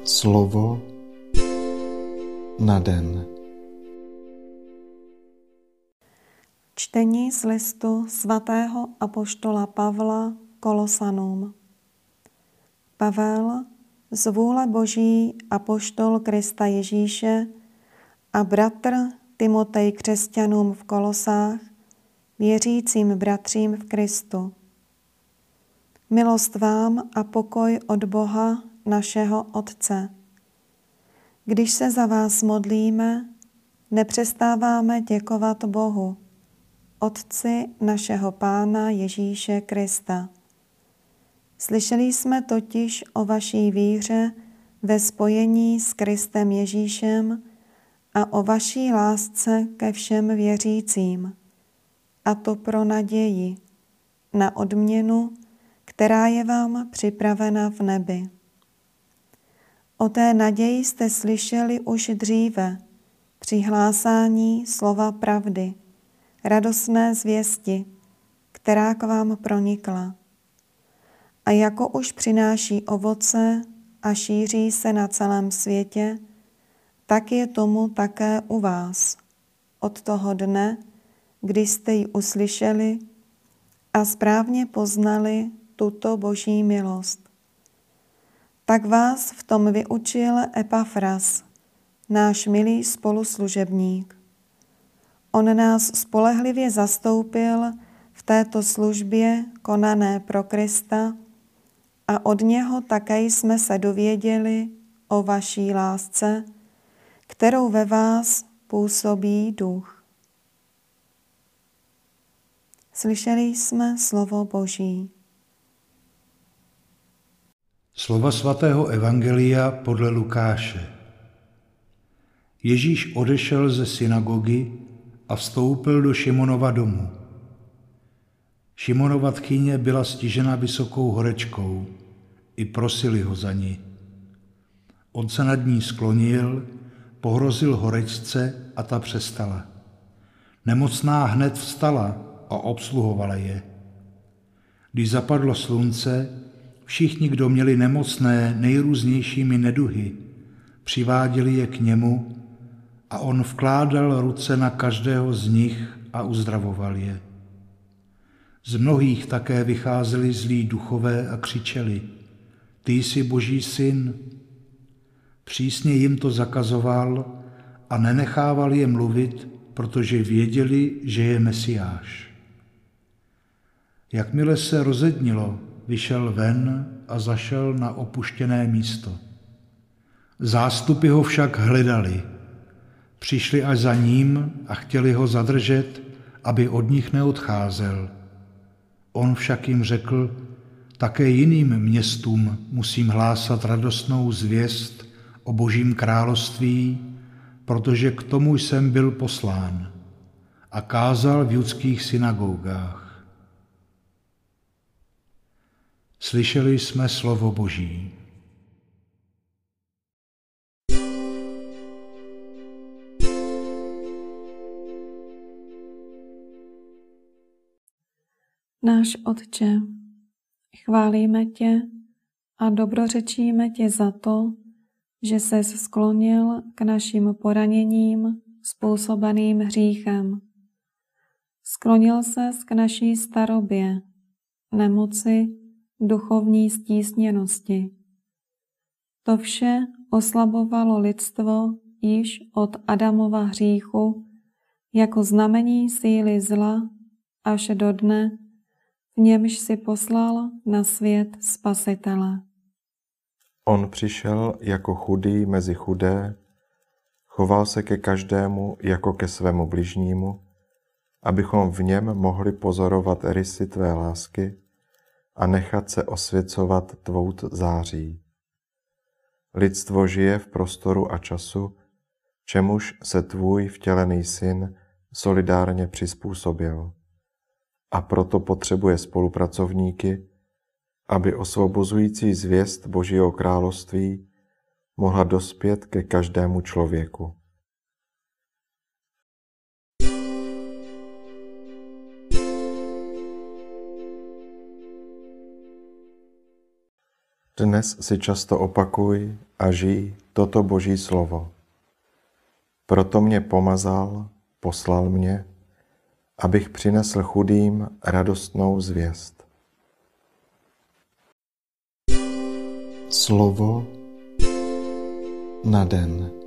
Slovo na den. Čtení z listu svatého apoštola Pavla Kolosanům. Pavel, z vůle Boží apoštol Krista Ježíše a bratr Timotej křesťanům v Kolosách, věřícím bratřím v Kristu. Milost vám a pokoj od Boha, našeho Otce. Když se za vás modlíme, nepřestáváme děkovat Bohu, Otci našeho Pána Ježíše Krista. Slyšeli jsme totiž o vaší víře ve spojení s Kristem Ježíšem a o vaší lásce ke všem věřícím, a to pro naději, na odměnu, která je vám připravena v nebi. O té naději jste slyšeli už dříve při hlásání slova pravdy, radostné zvěsti, která k vám pronikla. A jako už přináší ovoce a šíří se na celém světě, tak je tomu také u vás od toho dne, kdy jste ji uslyšeli a správně poznali tuto Boží milost. Tak vás v tom vyučil Epafras, náš milý spoluslužebník. On nás spolehlivě zastoupil v této službě konané pro Krista a od něho také jsme se dověděli o vaší lásce, kterou ve vás působí Duch. Slyšeli jsme slovo Boží. Slova svatého evangelia podle Lukáše. Ježíš odešel ze synagogy a vstoupil do Šimonova domu. Šimonova tchyně byla stižena vysokou horečkou, i prosili ho za ní. On se nad ní sklonil, pohrozil horečce a ta přestala. Nemocná hned vstala a obsluhovala je. Když zapadlo slunce, všichni, kdo měli nemocné nejrůznějšími neduhy, přiváděli je k němu a on vkládal ruce na každého z nich a uzdravoval je. Z mnohých také vycházeli zlí duchové a křičeli: Ty jsi Boží syn. Přísně jim to zakazoval a nenechával je mluvit, protože věděli, že je Mesiáš. Jakmile se rozednilo, vyšel ven a zašel na opuštěné místo. Zástupy ho však hledali. Přišli až za ním a chtěli ho zadržet, aby od nich neodcházel. On však jim řekl: také jiným městům musím hlásat radostnou zvěst o Božím království, protože k tomu jsem byl poslán. A kázal v judských synagogách. Slyšeli jsme slovo Boží. Náš Otče, chválíme tě a dobrořečíme tě za to, že ses sklonil k našim poraněním způsobeným hříchem. Sklonil ses k naší starobě, nemoci, duchovní stísněnosti. To vše oslabovalo lidstvo již od Adamova hříchu jako znamení síly zla až do dne, v němž si poslal na svět Spasitele. On přišel jako chudý mezi chudé, choval se ke každému jako ke svému bližnímu, abychom v něm mohli pozorovat rysy tvé lásky a nechat se osvěcovat tvou září. Lidstvo žije v prostoru a času, čemuž se tvůj vtělený syn solidárně přizpůsobil. A proto potřebuje spolupracovníky, aby osvobozující zvěst Božího království mohla dospět ke každému člověku. Dnes si často opakuj a žij toto Boží slovo. Proto mě pomazal, poslal mě, abych přinesl chudým radostnou zvěst. Slovo na den.